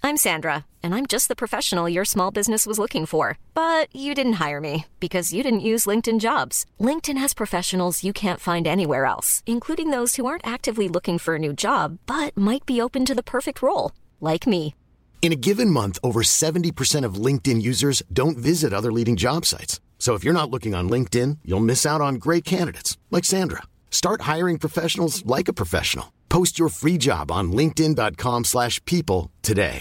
I'm Sandra, and I'm just the professional your small business was looking for. But you didn't hire me because you didn't use LinkedIn Jobs. LinkedIn has professionals you can't find anywhere else, including those who aren't actively looking for a new job, but might be open to the perfect role, like me. In a given month, over 70% of LinkedIn users don't visit other leading job sites. So if you're not looking on LinkedIn, you'll miss out on great candidates like Sandra. Start hiring professionals like a professional. Post your free job on linkedin.com/people today.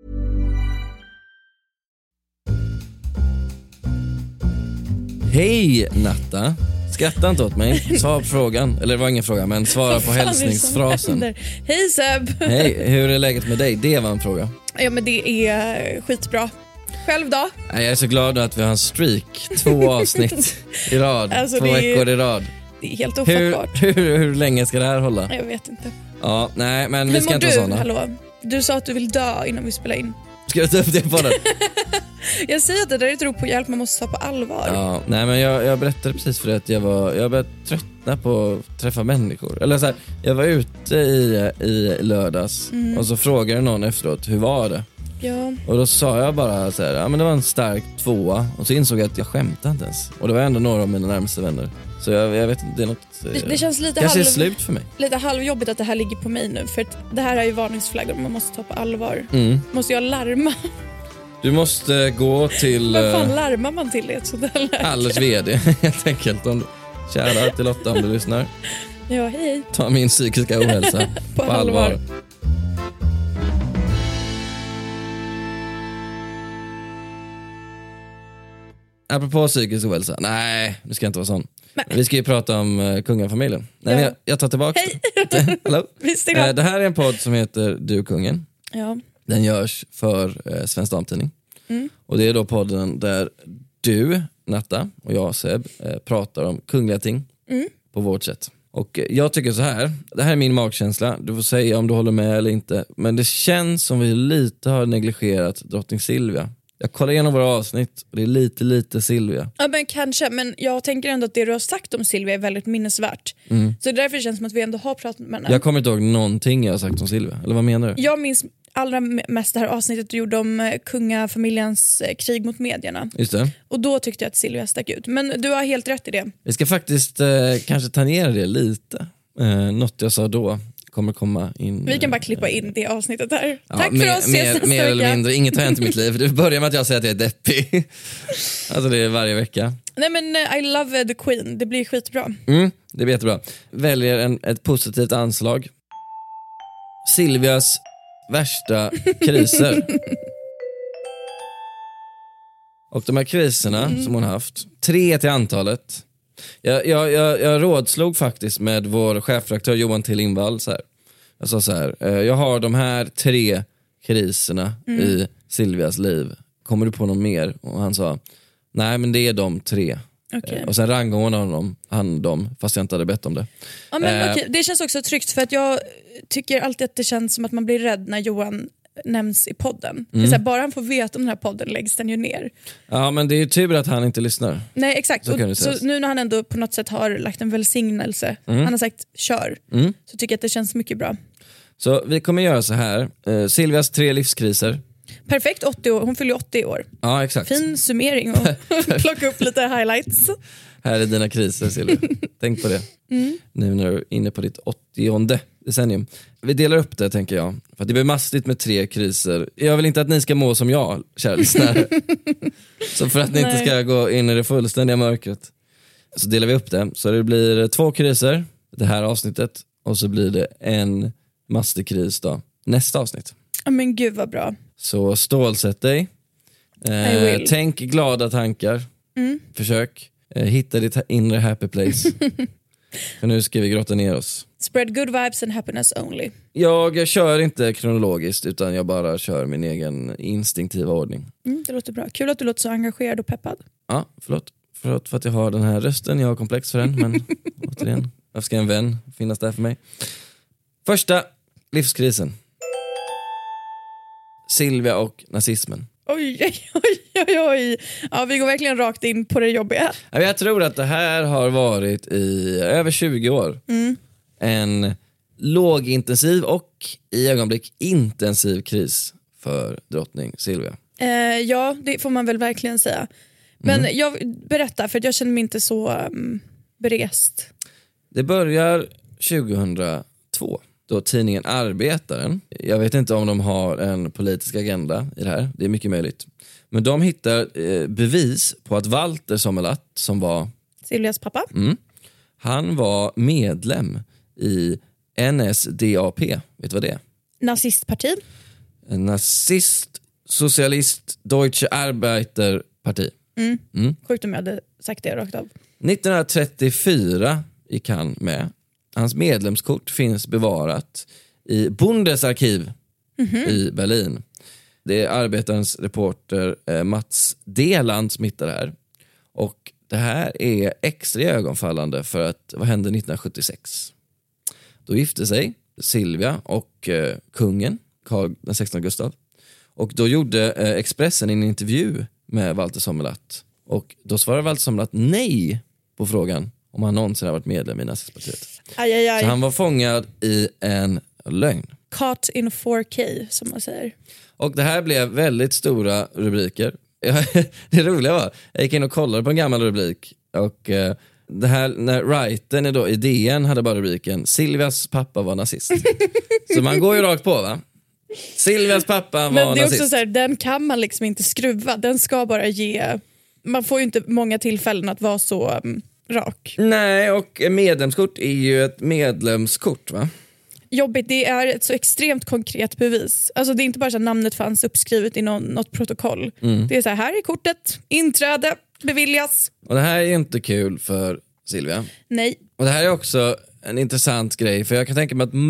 Hej Natta, skratta inte åt mig. Svara på frågan, eller det var ingen fråga, men svara på hälsningsfrasen. Hej Seb. Hej, hur är läget med dig? Det var en fråga. Ja, men det är skitbra. Själv då? Jag är så glad att vi har en streak. 2 avsnitt i rad, alltså 2 veckor i rad. Det är helt ofattbart. Hur länge ska det här hålla? Jag vet inte. Ja, nej, men vi ska inte vara såna. Hallå? Du sa att du vill dö innan vi spelar in. Ska jag ta upp det på den? Jag säger att det där är ett rop på hjälp man måste ta på allvar. Ja, nej, men jag berättade precis för dig att jag började tröttna på att träffa människor. Eller så här, jag var ute i lördags och så frågade någon efteråt, hur var det? Ja. Och då sa jag bara så här, ja men det var en stark 2. Och så insåg jag att jag skämtade inte ens. Och det var ändå några av mina närmaste vänner. Så jag vet inte, det är något... Det känns lite kanske är slut för mig. Lite halvjobbigt att det här ligger på mig nu. För att det här är ju varningsflaggor man måste ta på allvar. Måste jag larma? Du måste gå till... Vad fan larmar man till ett sådär läge? Allers vd, helt enkelt. Kära till Lotta om du lyssnar. Ja, hej. Ta min psykiska ohälsa på allvar. Apropå psykisk ohälsa. Nej, det ska inte vara sån. Nej. Vi ska ju prata om kungafamiljen. Nej, ja. jag tar tillbaka. Hej! Hallå? Det här är en podd som heter Du kungen. Ja. Den görs för Svensk Damtidning. Och det är då podden där du, Natta, och jag, Seb, pratar om kungliga ting på vårt sätt. Och jag tycker så här, det här är min magkänsla. Du får säga om du håller med eller inte. Men det känns som vi lite har negligerat drottning Silvia. Jag kollar igenom våra avsnitt och det är lite Silvia. Ja, men kanske, men jag tänker ändå att det du har sagt om Silvia är väldigt minnesvärt. Så därför känns det som att vi ändå har pratat med henne. Jag kommer inte ihåg någonting jag har sagt om Silvia. Eller vad menar du? Jag minns allra mest det här avsnittet du gjorde om kungafamiljens krig mot medierna. Just det. Och då tyckte jag att Silvia stack ut. Men du har helt rätt i det. Vi ska faktiskt kanske ta ner det lite. Något jag sa då kommer komma in. Vi kan bara klippa in det avsnittet här. Ja, tack för oss. Mer eller mindre. Inget har hänt i mitt liv. Det börjar med att jag säger att jag är deppig. Alltså det är varje vecka. Nej, men I love the Queen. Det blir skitbra. Det blir jättebra. Väljer ett positivt anslag. Silvias värsta kriser. Och de här kriserna som hon haft, 3 till antalet. Jag rådslog faktiskt med vår chefredaktör Johan T. Lindvall så här. Jag sa så här, jag har de här 3 kriserna i Silvias liv. Kommer du på någon mer? Och han sa, nej men det är de 3. Okay. Och sen rangordnade han dem fast jag inte hade bett om det. Ja, men okay. Det känns också tryggt för att jag tycker alltid att det känns som att man blir rädd när Johan nämns i podden. Det är så här, bara han får veta om den här podden läggs den ju ner. Ja, men det är ju tur att han inte lyssnar. Nej, exakt. Så nu när han ändå på något sätt har lagt en välsignelse, han har sagt kör, så tycker jag att det känns mycket bra. Så vi kommer göra så här. Silvias 3 livskriser. Perfekt, 80 år. Hon fyller 80 år. Ja, exakt. Fin summering och plocka upp lite highlights. Här är dina kriser, Silvia. Tänk på det. Nu när du är inne på ditt 80:e decennium. Vi delar upp det, tänker jag. För att det blir mastigt med 3 kriser. Jag vill inte att ni ska må som jag, kära lyssnare. Så för att ni inte ska gå in i det fullständiga mörkret, så delar vi upp det. Så det blir 2 kriser det här avsnittet. Och så blir det en mastig kris då nästa avsnitt. Ja, men gud vad bra. Så stålsätt dig. Tänk glada tankar. Försök hitta ditt inre happy place. För nu ska vi grotta ner oss. Spread good vibes and happiness only. Jag kör inte kronologiskt, utan jag bara kör min egen instinktiva ordning. Det låter bra. Kul att du låter så engagerad och peppad. Ja, förlåt för att jag har den här rösten. Jag har komplex för den, men återigen, varför ska en vän finnas där för mig? Första livskrisen. Silvia och nazismen. Oj. Ja, vi går verkligen rakt in på det jobbiga. Jag tror att det här har varit i över 20 år. En lågintensiv och i ögonblick intensiv kris för drottning Silvia. Ja, det får man väl verkligen säga. Men jag berättar, för jag känner mig inte så berest. Det börjar 2002 då tidningen Arbetaren, jag vet inte om de har en politisk agenda i det här, det är mycket möjligt. Men de hittar bevis på att Walter Sommerlath, som var Silvias pappa. Han var medlem i NSDAP. Vet du vad det är? Nazistparti. Nazist, socialist, Deutsche Arbeiterparti. Sjukt om jag hade sagt det rakt av. 1934 gick han med. Hans medlemskort finns bevarat i Bundesarkiv i Berlin. Det är Arbetarens reporter Mats Deland som hittar det här. Och det här är extra ögonfallande för att vad hände 1976? Då gifte sig Silvia och kungen, Carl den 16 Gustav. Och då gjorde Expressen en intervju med Walter Sommerlath. Och då svarade Walter Sommerlath nej på frågan om han någonsin har varit medlem i nazistpartiet. Aj. Så han var fångad i en lögn. Caught in 4K, som man säger. Och det här blev väldigt stora rubriker. Det roliga var, jag gick in och kollade på en gammal rubrik. Och det här, när writern då i DN hade bara rubriken Silvias pappa var nazist. Så man går ju rakt på, va? Silvias pappa var nazist. Men det är också så här, den kan man liksom inte skruva. Den ska bara ge... Man får ju inte många tillfällen att vara så rak. Nej, och medlemskort är ju ett medlemskort, va? Jobbigt, det är ett så extremt konkret bevis. Alltså det är inte bara så att namnet fanns uppskrivet i något protokoll. Det är så här är kortet, inträde, beviljas. Och det här är inte kul för Silvia. Nej. Och det här är också en intressant grej, för jag kan tänka mig att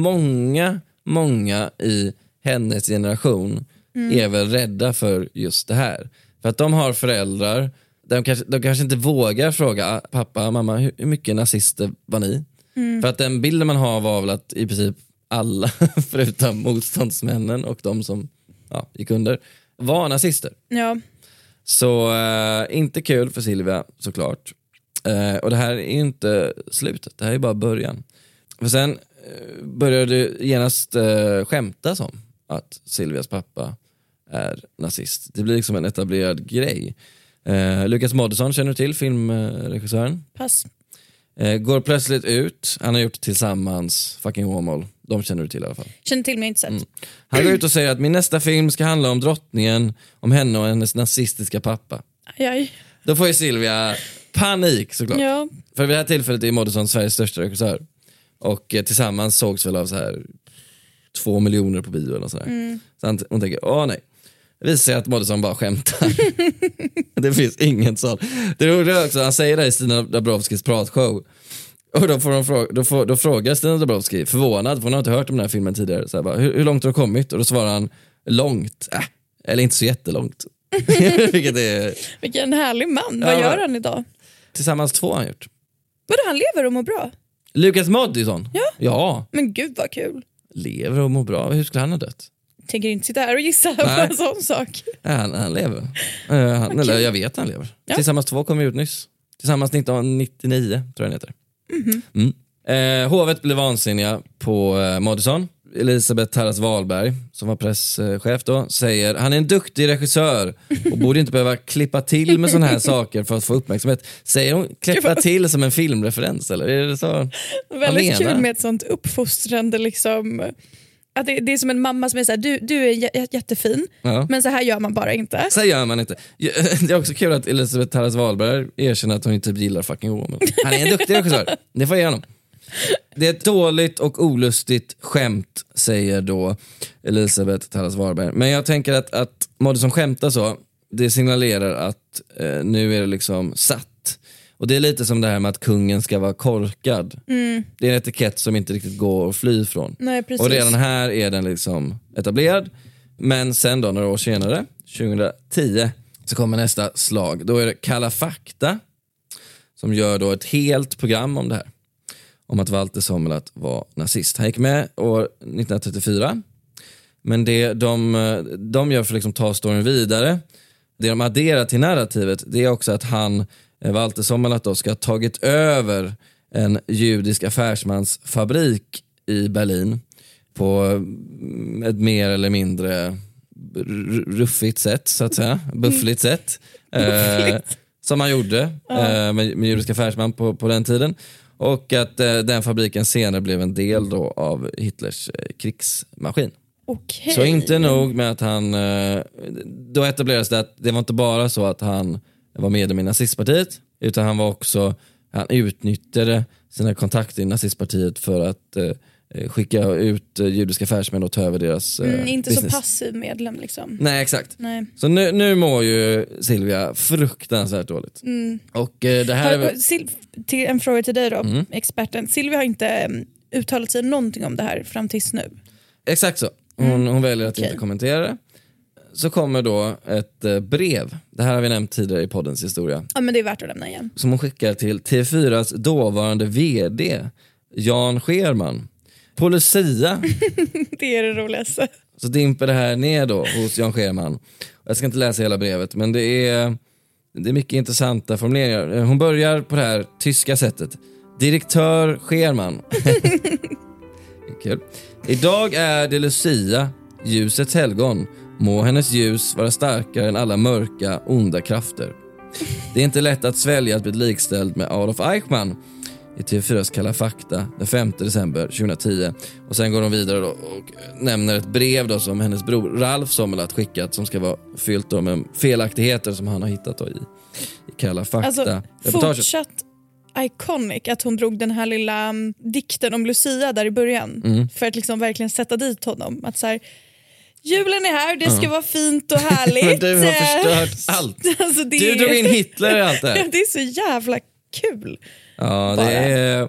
många i hennes generation är väl rädda för just det här. För att de har föräldrar, de kanske inte vågar fråga pappa, mamma, hur mycket nazister var ni? För att den bilden man har var väl att i princip alla, förutom motståndsmännen och de som gick under, var nazister. Ja. Så inte kul för Silvia, såklart. Och det här är ju inte slutet, det här är bara början. För sen började det genast skämtas om att Silvias pappa är nazist. Det blir liksom en etablerad grej. Lukas Moodysson känner du till, filmregissören? Pass. Går plötsligt ut, han har gjort tillsammans Fucking Åmål, de känner du till i alla fall. Känner till mig inte sett. Han går ut och säger att min nästa film ska handla om drottningen, om henne och hennes nazistiska pappa. Aj. Då får ju Silvia panik, såklart. Ja. För vid det här tillfället är Moodysson Sveriges största regissör. Och tillsammans sågs väl av så här 2 miljoner på bio eller sådär. Så hon tänker, nej. Det visar sig att Moodysson bara skämtar. Det finns ingen sån. Det roliga också, han säger det i Stina Dabrowskis pratshow. Och då frågar Stina Dabrowski, förvånad, för hon har inte hört om den här filmen tidigare. Så här, bara, hur långt har du kommit? Och då svarar han, långt. Eller inte så jättelångt. Vilken härlig man. Vad gör han idag? Tillsammans 2 har han gjort. Vadå, han lever och mår bra? Lukas Moodysson? Ja. Men gud vad kul. Lever och mår bra. Hur skulle han ha dött? Tänker inte sitta här och gissa på en sån sak. Han lever. Eller jag vet han lever. Ja. Tillsammans 2 kom ut nyss. Tillsammans 1999 tror jag den heter. Hovet blev vansinniga på Moodysson. Elisabeth Tarras Wahlberg, som var presschef då, säger han är en duktig regissör och borde inte behöva klippa till med såna här saker för att få uppmärksamhet. Säger hon klippa till som en filmreferens, eller är det så? Väldigt kul med ett sånt uppfostrande liksom, att det är som en mamma som är såhär, du är jättefin, men så här gör man bara inte. Så gör man inte. Det är också kul att Elisabeth Tarras Wahlberg erkänner att hon inte gillar Fucking Åmål. Han är en duktig regissör, det får jag ge honom. Det är ett dåligt och olustigt skämt, säger då Elisabeth Tarras Wahlberg. Men jag tänker att Moodysson skämtar så, det signalerar att nu är det liksom satt. Och det är lite som det här med att kungen ska vara korkad. Det är en etikett som inte riktigt går att fly från. Nej, precis. Och redan här är den liksom etablerad. Men sen då, några år senare, 2010, så kommer nästa slag. Då är det Kalla fakta som gör då ett helt program om det här. Om att Walter Sommerlath var nazist. Han gick med år 1934. Men det de gör för att liksom ta storyn vidare, det de adderar till narrativet, det är också att Walter Sommerlath då ska ha tagit över en judisk affärsmansfabrik i Berlin på ett mer eller mindre ruffigt sätt så att säga, buffligt sätt. Som han gjorde med Judiska affärsman på den tiden. Och att den fabriken senare blev en del då av Hitlers krigsmaskin. Okay. Så inte nog med att han... Då etablerades det att det var inte bara så att han var medlem i nazistpartiet, utan han utnyttjade sina kontakter i nazistpartiet för att skicka ut judiska affärsmän och ta över deras inte business. Så passiv medlem liksom. Nej, exakt. Nej. Så nu mår ju Silvia fruktansvärt dåligt. Och det här till en fråga till dig då, experten. Silvia har inte uttalat sig någonting om det här fram tills nu. Exakt så. Hon väljer att inte kommentera det. Så kommer då ett brev. Det här har vi nämnt tidigare i poddens historia. Ja, men det är värt att lämna igen. Som hon skickar till TV4s dåvarande vd Jan Scherman. På Lucia. Det är det roligaste. Så dimper det här ner då hos Jan Scherman. Jag ska inte läsa hela brevet, men det är mycket intressanta formuleringar. Hon börjar på det här tyska sättet. Direktör Scherman. Kul. Idag är det Lucia, ljusets helgon. Må hennes ljus vara starkare än alla mörka, onda krafter. Det är inte lätt att svälja att bli likställd med Adolf Eichmann i TV4s Kalla fakta den 5 december 2010. Och sen går de vidare då och nämner ett brev då som hennes bror Ralf Sommerlath skickat, som ska vara fyllt då med felaktigheter som han har hittat då i Kalla fakta. Alltså, fortsatt iconic att hon drog den här lilla dikten om Lucia där i början. För att liksom verkligen sätta dit honom. Att så här, julen är här, det ska vara fint och härligt. Men du har förstört allt. Alltså, du drog in Hitler i allt det här. Det är så jävla kul. Ja, det är...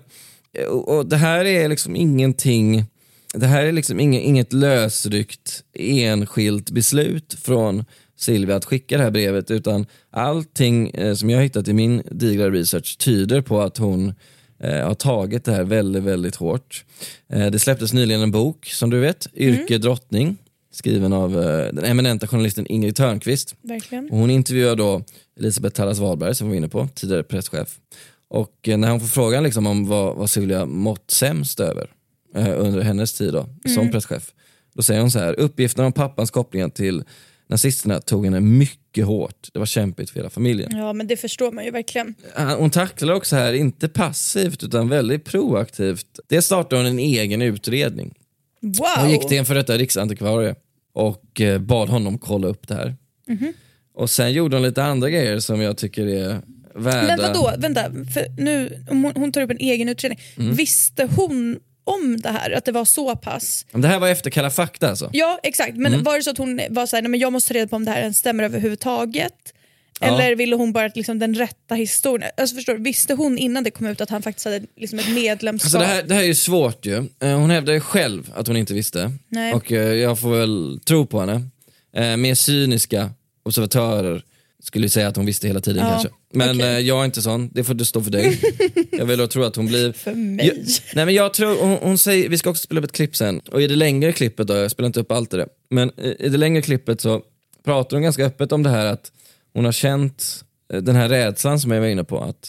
Och det här är liksom ingenting... Det här är liksom inget lösryckt enskilt beslut från Silvia att skicka det här brevet, utan allting som jag har hittat i min digra research tyder på att hon har tagit det här väldigt, väldigt hårt. Det släpptes nyligen en bok, som du vet, Yrke drottning, skriven av den eminenta journalisten Ingrid Törnqvist. Verkligen. Och hon intervjuar då Elisabeth Tallas Wahlberg, som vi var inne på, tidigare presschef. Och när hon får frågan liksom om vad Silvia mått sämst över under hennes tid då, som presschef, då säger hon så här: uppgifterna om pappans kopplingar till nazisterna tog henne mycket hårt. Det var kämpigt för hela familjen. Ja, men det förstår man ju verkligen. Hon tacklar också här, inte passivt utan väldigt proaktivt. Det startade hon en egen utredning. Wow! Hon gick till en för detta riksantikvarie och bad honom kolla upp det här. Och sen gjorde hon lite andra grejer som jag tycker är värda... Men vadå? Vänta, för nu, hon tar upp en egen utredning. Visste hon om det här, att det var så pass? Det här var efter Kalla fakta alltså? Ja, exakt. Men var det så att hon var så här, nej, men jag måste reda på om det här ens stämmer överhuvudtaget? Eller ville hon bara liksom den rätta historien? Alltså förstår du, visste hon innan det kom ut att han faktiskt hade liksom ett medlemskap? Alltså det här är ju svårt ju. Hon hävdar ju själv att hon inte visste. Nej. Och jag får väl tro på henne. Mer cyniska observatörer skulle säga att hon visste hela tiden kanske. Men jag är inte sån, det får du stå för dig. Jag vill tro att hon blir... För mig? Nej, men jag tror, hon säger, vi ska också spela upp ett klipp sen. Och i det längre klippet då, jag spelar inte upp allt det. Men i det längre klippet så pratar hon ganska öppet om det här att hon har känt den här rädslan som jag var inne på. Att,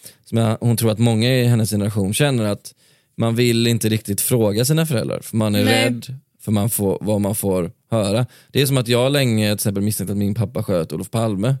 hon tror att många i hennes generation känner, att man vill inte riktigt fråga sina föräldrar. För man är rädd för vad man får höra. Det är som att jag länge till exempel misstänkte att min pappa sköt Olof Palme.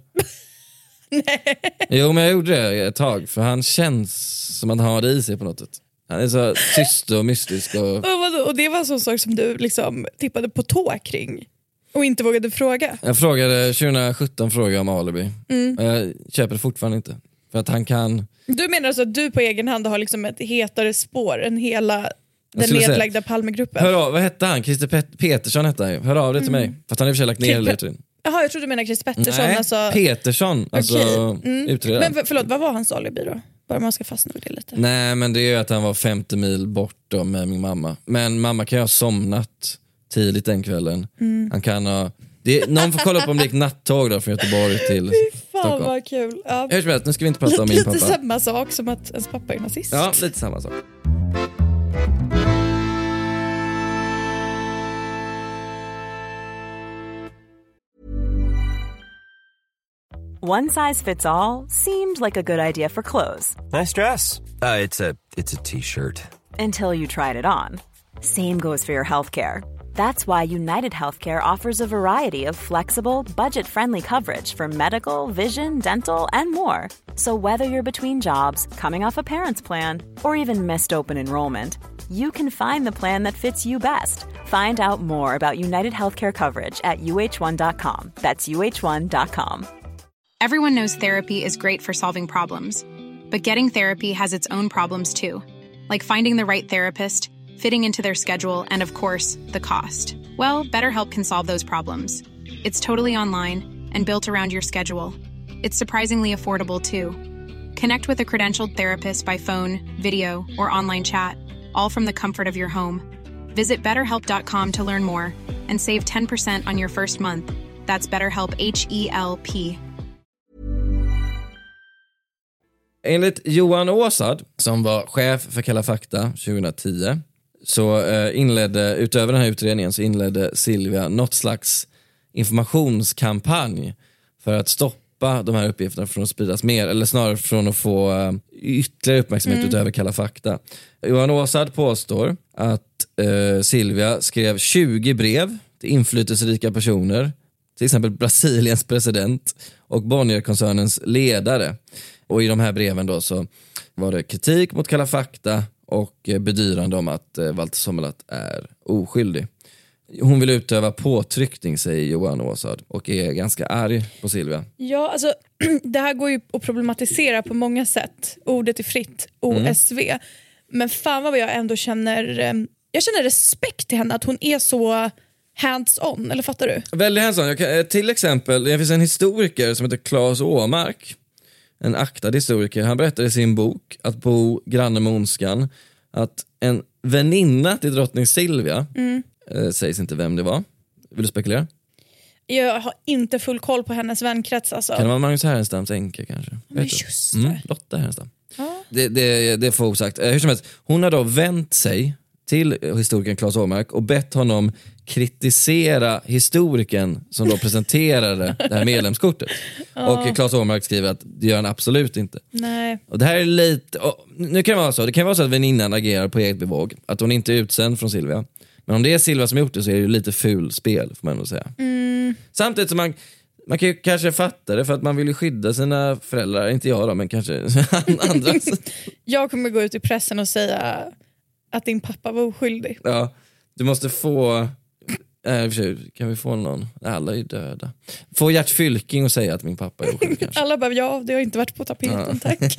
Nej. Jo, men jag gjorde det ett tag. För han känns som att han har det i sig på något sätt. Han är så tyst och mystisk. Och det var en sån sak som du liksom tippade på tå kring och inte vågade fråga? Jag frågade 2017 om Alibi. Jag köper det fortfarande inte. För att han kan... Du menar alltså att du på egen hand har liksom ett hetare spår än hela den nedlagda Palmegruppen? Hör av, vad hette han? Christer Petersson hette han ju. Hör av det till mig. Fast han är i och för sig lagt ner hela tiden. Jaha, jag trodde du menar Christer Pettersson. Nej, alltså... Petersson. Alltså utredaren. Men förlåt, vad var hans alibi då? Bara man ska fastna vid det lite. Nej, men det är ju att han var 50 mil bort då med min mamma. Men mamma kan ju ha somnat tidigt den kvällen. Han kan ha... någon får kolla upp om det gick nattåg då från Göteborg till Fan Stockholm. vad kul. Ja. Hur som helst, nu ska vi inte prata om min pappa. Lite samma sak som att ens pappa är nazist. Ja, lite samma sak. One size fits all seemed like a good idea for clothes. Nice dress. It's a t-shirt. Until you tried it on. Same goes for your healthcare. That's why United Healthcare offers a variety of flexible, budget-friendly coverage for medical, vision, dental, and more. So whether you're between jobs, coming off a parent's plan, or even missed open enrollment, you can find the plan that fits you best. Find out more about United Healthcare coverage at uh1.com. That's uh1.com. Everyone knows therapy is great for solving problems, but getting therapy has its own problems too, like finding the right therapist, fitting into their schedule, and of course, the cost. Well, BetterHelp can solve those problems. It's totally online and built around your schedule. It's surprisingly affordable too. Connect with a credentialed therapist by phone, video, or online chat, all from the comfort of your home. Visit BetterHelp.com to learn more and save 10% on your first month. That's BetterHelp, H-E-L-P. Enligt Johan Åsad, som var chef för Kalla fakta 2010, så utöver den här utredningen så inledde Silvia något slags informationskampanj för att stoppa de här uppgifterna från att spridas mer, eller snarare från att få ytterligare uppmärksamhet utöver Kalla fakta. Johan Åsad påstår att Silvia skrev 20 brev till inflytelserika personer, till exempel Brasiliens president och Bonnierkoncernens ledare. Och i de här breven då så var det kritik mot Kalla fakta och bedyrande om att Walter Sommerlath är oskyldig. Hon vill utöva påtryckning, säger Johan Åsad, och är ganska arg på Silvia. Ja, alltså det här går ju att problematisera på många sätt. Ordet är fritt, OSV. Men fan vad jag ändå känner respekt till henne, att hon är så hands-on, eller fattar du? Väldigt hands-on. Till exempel, det finns en historiker som heter Claes Åmark, en aktad historiker. Han berättade i sin bok Att bo granne med ondskan att en väninna till drottning Silvia, sägs inte vem det var. Vill du spekulera? Jag har inte full koll på hennes vänkrets. Alltså. Kan det vara Magnus Härnstams änka kanske? Men just det. Lotta Härnstam. Ja. Det får osagt. Hur som helst, hon har då vänt sig till historikern Claes Åmark och bett honom kritisera historikern som då presenterade det här medlemskortet. Och Claes Åmark skriver att det gör han absolut inte. Nej. Och det här är lite... nu kan det vara så att väninnan agerar på eget bevåg. Att hon inte är utsänd från Silvia. Men om det är Silvia som gjort det så är det ju lite ful spel, får man nog säga. Samtidigt som man kan ju kanske fatta det för att man vill ju skydda sina föräldrar. Inte jag då, men kanske andra. Jag kommer gå ut i pressen och säga att din pappa var oskyldig. Ja, du måste få... kan vi få någon? Alla är ju döda. Få Gert Fylking och säga att min pappa är oskyldig kanske. Alla bara, ja, det har inte varit på tapeten, tack.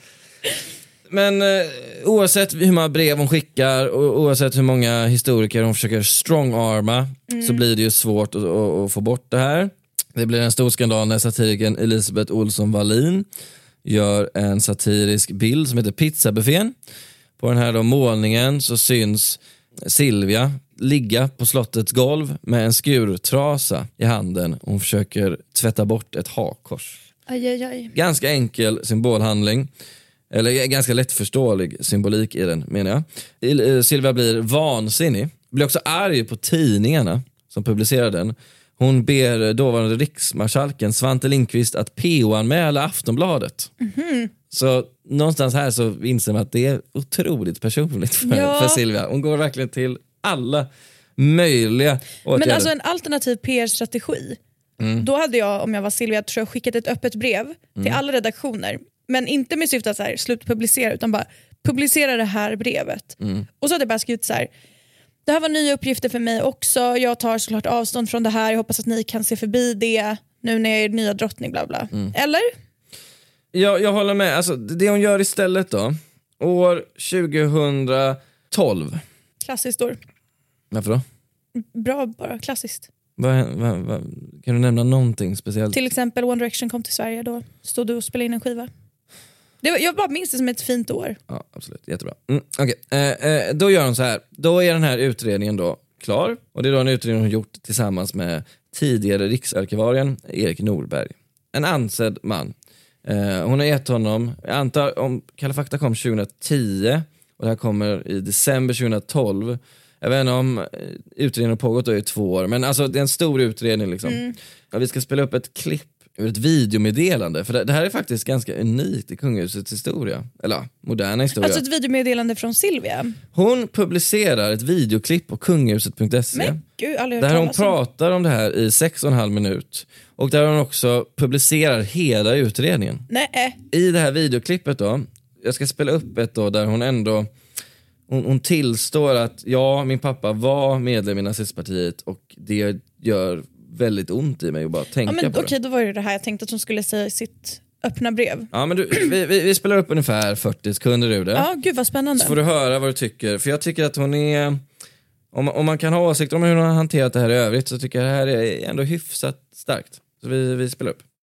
Men oavsett hur många brev hon skickar och oavsett hur många historiker hon försöker strong-arma så blir det ju svårt att få bort det här. Det blir en stor skandal när satirikern Elisabeth Olsson Wallin gör en satirisk bild som heter Pizzabuffén. På den här då målningen så syns Silvia ligga på slottets golv med en skurtrasa i handen. Hon försöker tvätta bort ett hakkors. Aj. Ganska enkel symbolhandling. Eller ganska lättförståelig symbolik i den, menar jag. Silvia blir vansinnig. Blir också arg på tidningarna som publicerar den. Hon ber dåvarande riksmarskalken Svante Lindqvist att PO-anmäla Aftonbladet. Så någonstans här så inser man att det är otroligt personligt för Silvia. Hon går verkligen till alla möjliga åtgärder. Men alltså en alternativ PR-strategi. Då hade jag, om jag var Silvia, tror jag, skickat ett öppet brev till alla redaktioner. Men inte med syfte att så här, sluta publicera, utan bara publicera det här brevet. Och så hade jag bara skrivit så här: det här var nya uppgifter för mig också. Jag tar såklart avstånd från det här. Jag hoppas att ni kan se förbi det nu när jag är nya drottning, bla bla. Eller? Jag håller med. Alltså, det hon gör istället då, år 2012. Klassiskt år. Varför då? Bra, bara klassiskt. Kan du nämna någonting speciellt? Till exempel One Direction kom till Sverige, då stod du och spelade in en skiva. Jag bara minns det som ett fint år. Ja, absolut. Jättebra. Okej. Då gör hon så här. Då är den här utredningen då klar. Och det är då en utredning hon gjort tillsammans med tidigare riksarkivarien Erik Norberg. En ansedd man. Hon har gett honom, jag antar om Kalla fakta kom 2010 och det här kommer i december 2012. Jag vet inte om utredningen har pågått då i 2 år, men alltså det är en stor utredning liksom. Vi ska spela upp ett klipp ur ett videomeddelande. För det här är faktiskt ganska unikt i kungahusets historia. Eller moderna historia. Alltså ett videomeddelande från Silvia. Hon publicerar ett videoklipp på kungahuset.se. Men gud, aldrig hört där hon talas om. pratar om det här i 6,5 minut. Och där hon också publicerar hela utredningen. Nej. I det här videoklippet då, jag ska spela upp ett då där hon ändå hon tillstår att ja, min pappa var medlem i nazistpartiet och det gör väldigt ont i mig att bara tänka på det. Okej, då var det här jag tänkte att hon skulle säga i sitt öppna brev. Ja, men vi spelar upp ungefär 40 sekunder ur det. Ja, gud vad spännande. Så får du höra vad du tycker. För jag tycker att hon är... Om man kan ha åsikter om hur hon har hanterat det här i övrigt så tycker jag det här är ändå hyfsat starkt. Så vi spelar upp.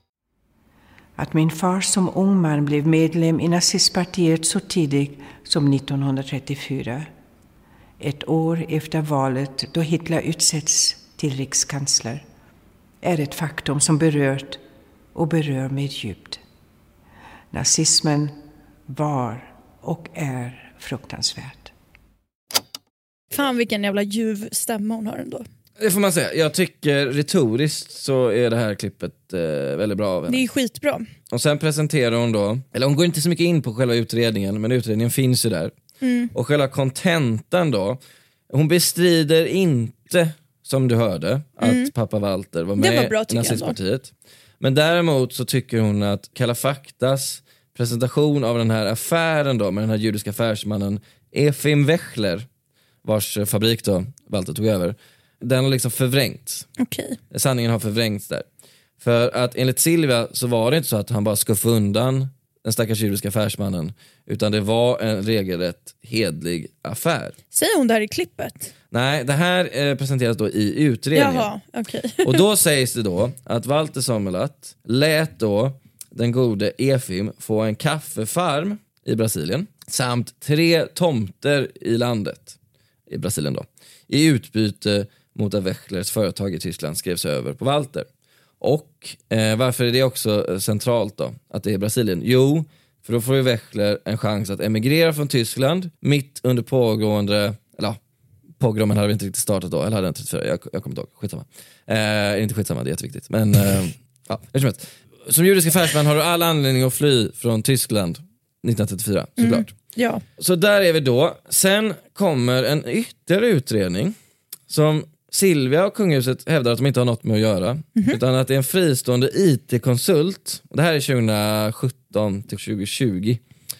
Att min far som ung man blev medlem i nazistpartiet så tidigt som 1934. Ett år efter valet då Hitler utsätts till rikskansler. Är ett faktum som berört och berör mig djupt. Nazismen var och är fruktansvärt. Fan vilken jävla ljuv stämma hon har ändå. Det får man säga. Jag tycker retoriskt så är det här klippet väldigt bra av henne. Det är skitbra. Och sen presenterar hon då, eller hon går inte så mycket in på själva utredningen, men utredningen finns ju där. Och själva kontentan då, hon bestrider inte, som du hörde, att pappa Walter var med i nazistpartiet. Men däremot så tycker hon att Kalla faktas presentation av den här affären då, med den här judiska affärsmannen Efim Wechler, vars fabrik då Walter tog över, den har liksom förvrängts. Okej. Sanningen har förvrängts där. För att enligt Silvia så var det inte så att han bara skuffade undan den stackars judiska affärsmannen, utan det var en regelrätt hedlig affär. Säger hon det här i klippet? Nej, det här presenteras då i utredningen. Jaha, okej. Och då sägs det då att Walter Sommerlath lät då den gode Efim få en kaffefarm i Brasilien samt 3 tomter i landet i Brasilien då, i utbyte mot att Wechlers företag i Tyskland skrevs över på Walter. Och varför är det också centralt då, att det är Brasilien? Jo, för då får ju Wechler en chans att emigrera från Tyskland mitt under pågående, eller pogromen hade vi inte riktigt startat då, eller hade den 34, jag kommer inte ihåg, skitsamma. Inte skitsamma, det är jätteviktigt. Men ja, som judisk affärsman har du all anledning att fly från Tyskland 1934, såklart. Ja. Så där är vi då. Sen kommer en ytterligare utredning som Silvia och kungahuset hävdar att de inte har något med att göra, utan att det är en fristående IT-konsult. Det här är 2017 till 2020.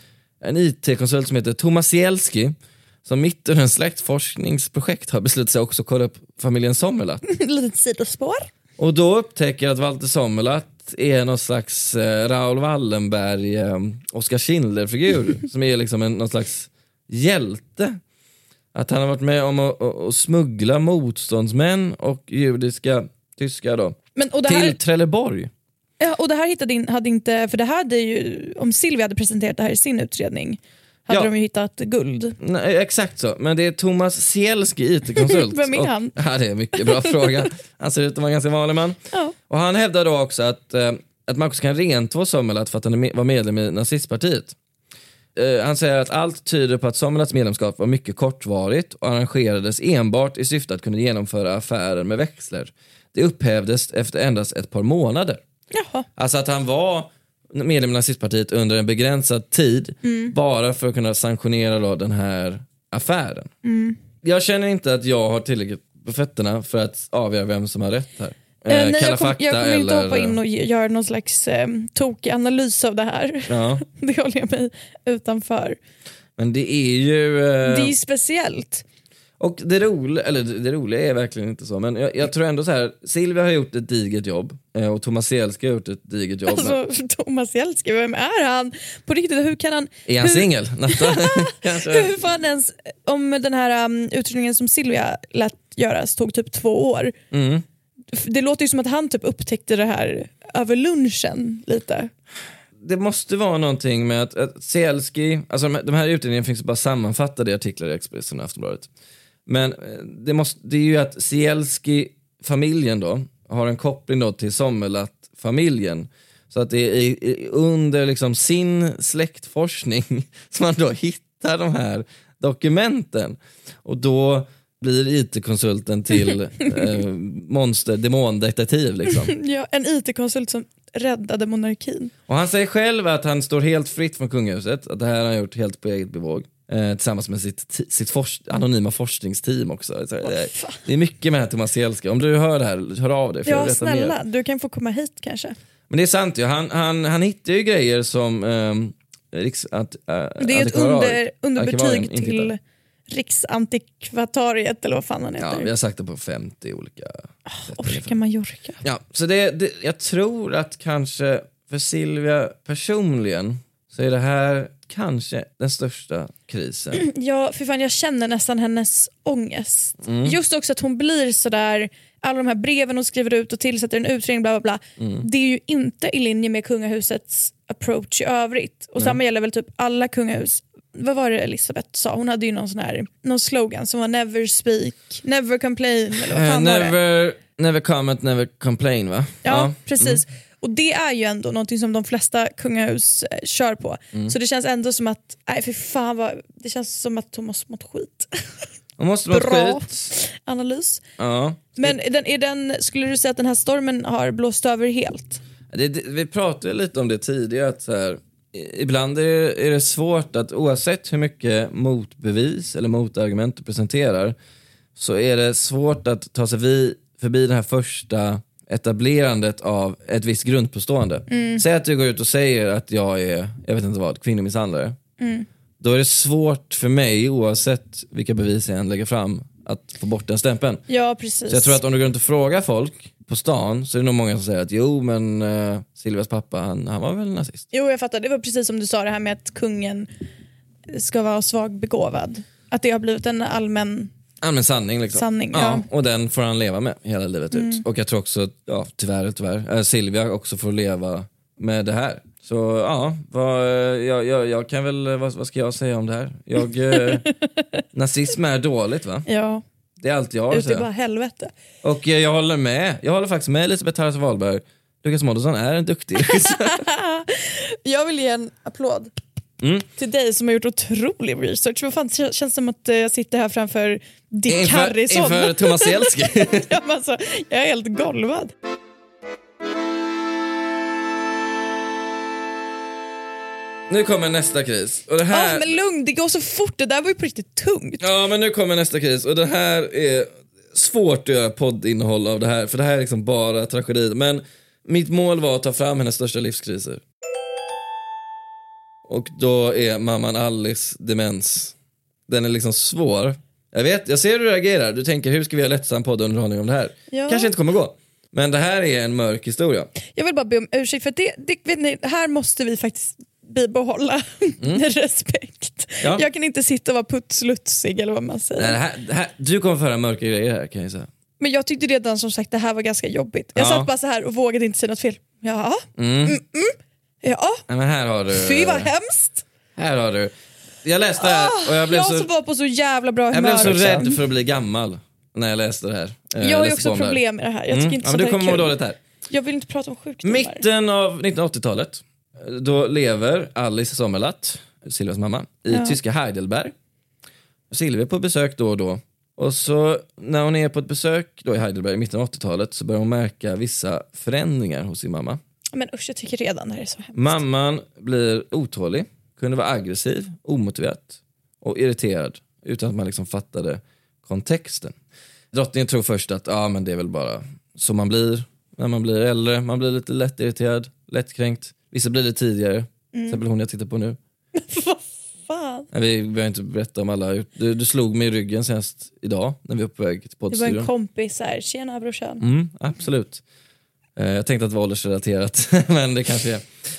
En IT-konsult som heter Thomas Jelski, som mitt under en släktforskningsprojekt har beslutat sig också kolla upp familjen Sommerlath. Lite sidospår. Och då upptäcker att Walter Sommerlath är någon slags Raoul Wallenberg, Oskar Schindler-figur som är liksom någon slags hjälte. Att han har varit med om att smuggla motståndsmän och judiska tyskar då, Men, och det här, till Trelleborg. Ja, och det här hade inte, för det här hade ju, om Silvia hade presenterat det här i sin utredning hade de ju hittat guld. Nej, exakt så, men det är Thomas Sielski, IT-konsult. Vem är han? Ja, det är en mycket bra fråga. Han ser ut att vara en ganska vanlig man. Ja. Och han hävdar då också att man också kan rentvå Sommerlath för att han var medlem i nazistpartiet. Han säger att allt tyder på att Sommerlaths medlemskap var mycket kortvarigt och arrangerades enbart i syfte att kunna genomföra affärer med Wechler. Det upphävdes efter endast ett par månader. Jaha. Alltså att han var medlem i nazistpartiet under en begränsad tid bara för att kunna sanktionera då den här affären. Jag känner inte att jag har tillräckligt på fötterna för att avgöra vem som har rätt här. Nej, jag kommer inte hoppa in och göra någon slags tokig analys av det här. Ja. Det håller jag mig utanför. Men det är ju... Det är ju speciellt. Och det roliga är verkligen inte så. Men jag tror ändå så här, Silvia har gjort ett diget jobb och Thomas Jelski har gjort ett diget jobb. Alltså Thomas Jelski, vem är han? På riktigt, hur kan han... Är han singel? Kanske. Hur får han ens... Om den här utredningen som Silvia lät göras tog typ 2 år. Det låter ju som att han typ upptäckte det här över lunchen lite. Det måste vara någonting med att Sielski, alltså de här utredningarna finns bara sammanfattade i artiklar i Expressen och Aftonbladet. Men det är ju att Sielski-familjen då har en koppling då till Sommerlath-familjen. Så att det är under liksom sin släktforskning som man då hittar de här dokumenten. Och då blir IT-konsulten till demondetektiv liksom. Ja, en IT-konsult som räddade monarkin. Och han säger själv att han står helt fritt från kungahuset, att det här har han gjort helt på eget bevåg. Tillsammans med sitt anonyma forskningsteam också. Det är mycket med det här Thomas Sielski. Om du hör det här, hör av dig. För ja, snälla. Du kan få komma hit kanske. Men det är sant ju. Han hittar ju grejer som... det är ett underbetyg till Riksantikvatariet eller vad fan han heter. Ja, vi har sagt det på 50 olika sätt. Orka Mallorca. Ja, så jag tror att kanske för Silvia personligen så är det här kanske den största krisen. Ja, för fan, jag känner nästan hennes ångest. Just också att hon blir sådär, alla de här breven hon skriver ut och tillsätter en utredning, bla bla bla. Det är ju inte i linje med kungahusets approach i övrigt. Och samma gäller väl typ alla kungahus. Vad var det Elisabeth sa? Hon hade ju någon slogan som var never speak, never complain eller vad fan var det? Never comment, never complain, va? Ja, precis. Och det är ju ändå någonting som de flesta kungahus kör på. Så det känns ändå som att, nej för fan det känns som att hon måste mått skit. Hon måste mått bra skit. Analys. Ja. Men skulle du säga att den här stormen har blåst över helt? Vi pratade lite om det tidigare, att så här, ibland är det svårt att oavsett hur mycket motbevis eller motargument du presenterar, så är det svårt att ta sig förbi den här första etablerandet av ett visst grundpåstående. Säg att du går ut och säger att jag är, jag vet inte vad, kvinnomisshandlare. Då är det svårt för mig, oavsett vilka bevis jag än lägger fram, att få bort den stämpeln. Ja, precis. Så jag tror att om du går runt och frågar folk på stan, så är det nog många som säger att jo, men Silvias pappa, han var väl nazist. Jo, jag fattar. Det var precis som du sa, det här med att kungen ska vara svag begåvad. Att det har blivit en allmän sanning liksom. Ja. Och den får han leva med hela livet ut. Och jag tror också, tyvärr Silvia också får leva med det här. Så ja, jag kan väl, vad ska jag säga om det här? Nazism är dåligt, va? Ja. Det är allt jag har att säga. Det är bara helvete. Och jag håller faktiskt med Elisabeth Harris Wahlberg. Lukas Moodysson är en duktig regissör. Jag vill ge en applåd till dig som har gjort otrolig research. Vad fan, känns som att jag sitter här framför Dick Harrison. Inför Thomas Sielski. Alltså, jag är helt golvad. Nu kommer nästa kris. Och det här... men lugn, det går så fort. Det där var ju på riktigt tungt. Ja, men nu kommer nästa kris. Och det här är svårt att göra poddinnehåll av det här. För det här är liksom bara tragedi. Men mitt mål var att ta fram hennes största livskriser. Och då är mamman Alice demens. Den är liksom svår. Jag ser hur du reagerar. Du tänker, hur ska vi ha lättsam poddunderhållning om det här? Ja. Kanske inte kommer gå. Men det här är en mörk historia. Jag vill bara be om ursäkt för att vet ni, här måste vi faktiskt bibehålla respekt. Ja. Jag kan inte sitta och vara putslutsig eller vad man säger. Nej, det här, du kommer föra mörka grejer här, kan jag säga. Men jag tyckte redan som sagt det här var ganska jobbigt. Jag satt bara så här och vågade inte säga något fel. Ja. Ja. Men här har du... Fy vad hemskt. Här har du... Jag läste det här och jag blev jag var på så jävla bra humör. Jag blev så rädd för att bli gammal när jag läste det här. Jag har ju också problem med det här. Jag tycker inte så men du kommer må dåligt här. Jag vill inte prata om sjukdomar. Mitten av 1980-talet då lever Alice Sommerlath, Silvias mamma, i tyska Heidelberg. Silvia är på besök då och då. Och så när hon är på ett besök då i Heidelberg i mitten av 80-talet så börjar hon märka vissa förändringar hos sin mamma. Men usch, jag tycker redan det här är så hemskt. Mamman blir otålig, kunde vara aggressiv, omotiverat och irriterad utan att man liksom fattade kontexten. Drottningen tror först att men det är väl bara så man blir när man blir äldre. Man blir lite lätt irriterad, lättkränkt. Vissa blir det tidigare. Till exempel hon jag tittar på nu. Vad fan? Vi behöver inte berätta om alla. Du slog mig i ryggen senast idag när vi var på väg till poddstudion. Det var en kompis här. Tjena brorsan. Absolut. Jag tänkte att det var åldersrelaterat. Men det kanske är.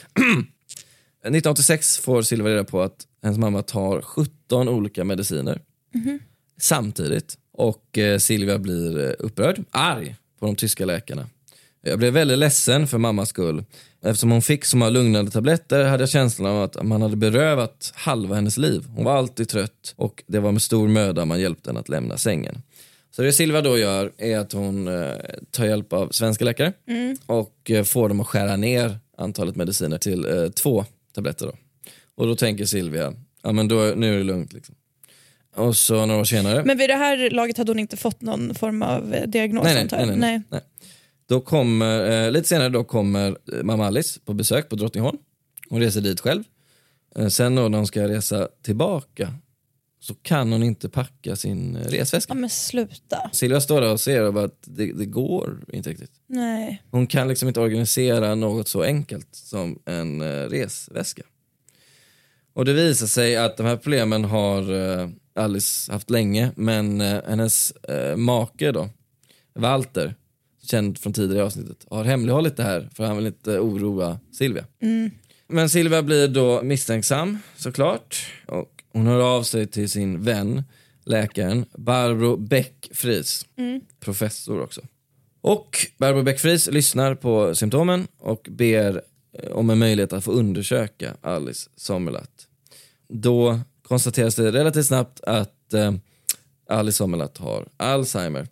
1986 får Silvia reda på att hennes mamma tar 17 olika mediciner. Samtidigt. Och Silvia blir upprörd, arg på de tyska läkarna. Jag blev väldigt ledsen för mammas skull. Eftersom hon fick så många lugnande tabletter hade jag känslan av att man hade berövat halva hennes liv. Hon var alltid trött och det var med stor möda man hjälpte henne att lämna sängen. Så det Silvia då gör är att hon tar hjälp av svenska läkare och får dem att skära ner antalet mediciner till 2 tabletter då. Och då tänker Silvia, men då, nu är det lugnt liksom. Och så några år senare. Men vid det här laget hade hon inte fått någon form av diagnos? Nej. Då kommer, lite senare då kommer mamma Alice på besök på Drottningholm. Hon reser dit själv. Sen när hon ska resa tillbaka så kan hon inte packa sin resväska. Ja, men sluta. Silvia står där och ser och bara att det går inte riktigt. Nej. Hon kan liksom inte organisera något så enkelt som en resväska. Och det visar sig att de här problemen har Alice haft länge, men hennes make då, Walter, känd från tidigare avsnittet, har hemlighållit det här för han vill inte oroa Silvia. Men Silvia blir då misstänksam såklart, och hon hör av sig till sin vän, läkaren Barbro Beck-Friis, professor också. Och Barbro Beck-Friis lyssnar på symptomen och ber om en möjlighet att få undersöka Alice Sommerlath. Då konstateras det relativt snabbt att Alice Sommerlath har Alzheimer.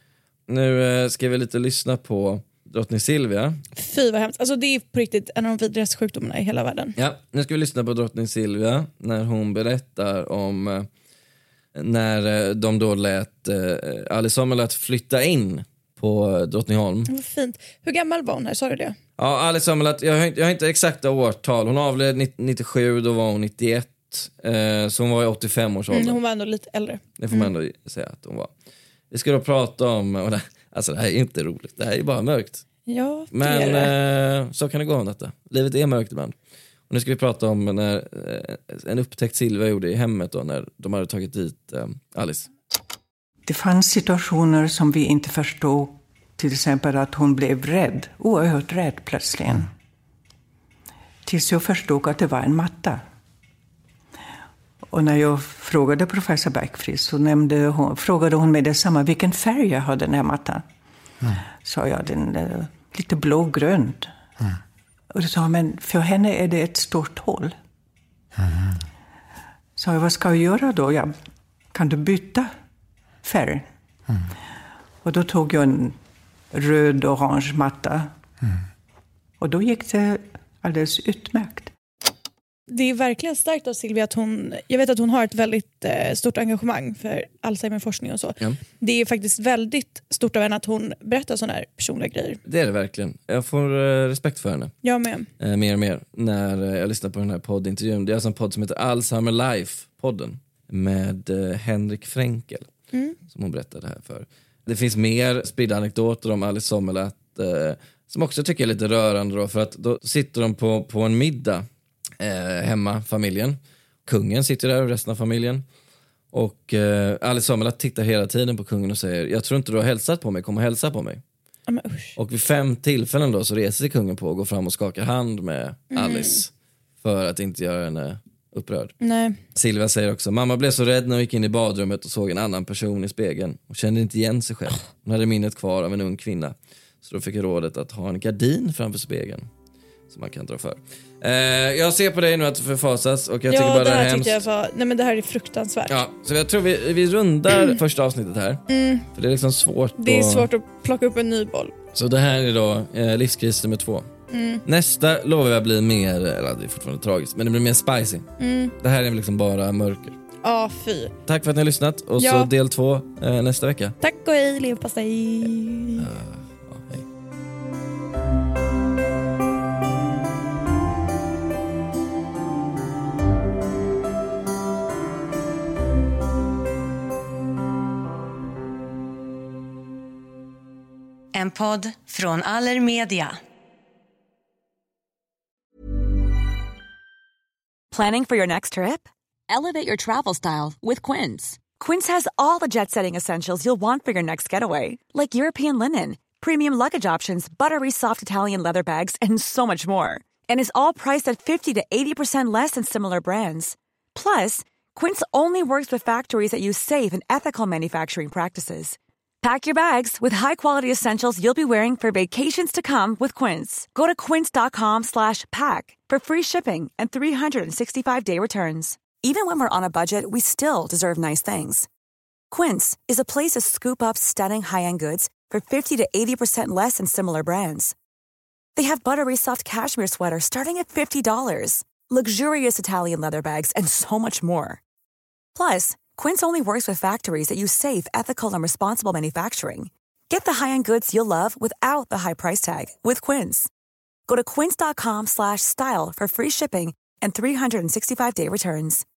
Nu ska vi lite lyssna på drottning Silvia. Fy vad hemskt. Alltså det är på riktigt en av de vidrigaste sjukdomarna i hela världen. Ja, nu ska vi lyssna på drottning Silvia när hon berättar om när de då lät Alice Sommerlath flytta in på Drottningholm. Vad fint. Hur gammal var hon här, sa du det? Ja, Alice Sommerlath, jag har inte exakta årtal. Hon avled 97, då var hon 91. Så hon var i 85 års ålder. Hon var ändå lite äldre. Det får man ändå säga att hon var. Vi ska då prata om, och alltså det här är inte roligt, det här är bara mörkt. Ja, det men är det. Så kan det gå om detta. Livet är mörkt ibland. Och nu ska vi prata om när en upptäckt Silvia gjorde i hemmet då, när de hade tagit dit Alice. Det fanns situationer som vi inte förstod. Till exempel att hon blev rädd, oerhört rädd plötsligt. Tills jag förstod att det var en matta. Och när jag frågade professor Beck-Friis så frågade hon mig detsamma vilken färg jag hade den här mattan. Sa jag, den lite blågrönt. Och då sa hon, men för henne är det ett stort hål. Så jag, vad ska jag göra då? Ja, kan du byta färg? Och då tog jag en röd-orange matta. Och då gick det alldeles utmärkt. Det är verkligen starkt av Silvia att jag vet att hon har ett väldigt stort engagemang för Alzheimer-forskning och så. Ja. Det är faktiskt väldigt stort av henne att hon berättar sådana här personliga grejer. Det är det verkligen. Jag får respekt för henne. Jag med. Mer och mer när jag lyssnar på den här poddintervjun. Det är alltså en podd som heter Alzheimer Life-podden med Henrik Fränkel som hon berättade här för. Det finns mer spridda anekdoter om Alice Sommerlath som också tycker jag är lite rörande då, för att då sitter de på en middag hemma, familjen. Kungen sitter där och resten av familjen. Och Alice Sommerlath tittar hela tiden på kungen och säger, jag tror inte du har hälsat på mig, kom och hälsa på mig. Men usch. Och vid 5 tillfällen då så reser sig kungen på och går fram och skakar hand med Alice för att inte göra henne upprörd. Nej. Silvia säger också, mamma blev så rädd när hon gick in i badrummet och såg en annan person i spegeln och kände inte igen sig själv. Hon hade minnet kvar av en ung kvinna. Så då fick jag rådet att ha en gardin framför spegeln som man kan dra för. Jag ser på dig nu att du förfasas och jag tycker bara det här är hemskt. Nej men det här är fruktansvärt. Ja, så jag tror vi rundar första avsnittet här. För det är liksom svårt. Det är svårt att plocka upp en ny boll. Så det här är då livskris nummer 2. Nästa lovar jag bli mer, eller det är fortfarande tragiskt, men det blir mer spicy. Det här är liksom bara mörker. Ja, fy. Tack för att ni har lyssnat och så del 2 nästa vecka. Tack och hej, leverpastej. Hej. En podd från Allermedia. Planning for your next trip? Elevate your travel style with Quince. Quince has all the jet-setting essentials you'll want for your next getaway, like European linen, premium luggage options, buttery soft Italian leather bags, and so much more. And is all priced at 50 to 80% less than similar brands. Plus, Quince only works with factories that use safe and ethical manufacturing practices. Pack your bags with high-quality essentials you'll be wearing for vacations to come with Quince. Go to quince.com/pack for free shipping and 365-day returns. Even when we're on a budget, we still deserve nice things. Quince is a place to scoop up stunning high-end goods for 50 to 80% less than similar brands. They have buttery soft cashmere sweaters starting at $50, luxurious Italian leather bags, and so much more. Plus, Quince only works with factories that use safe, ethical, and responsible manufacturing. Get the high-end goods you'll love without the high price tag with Quince. Go to quince.com/style for free shipping and 365-day returns.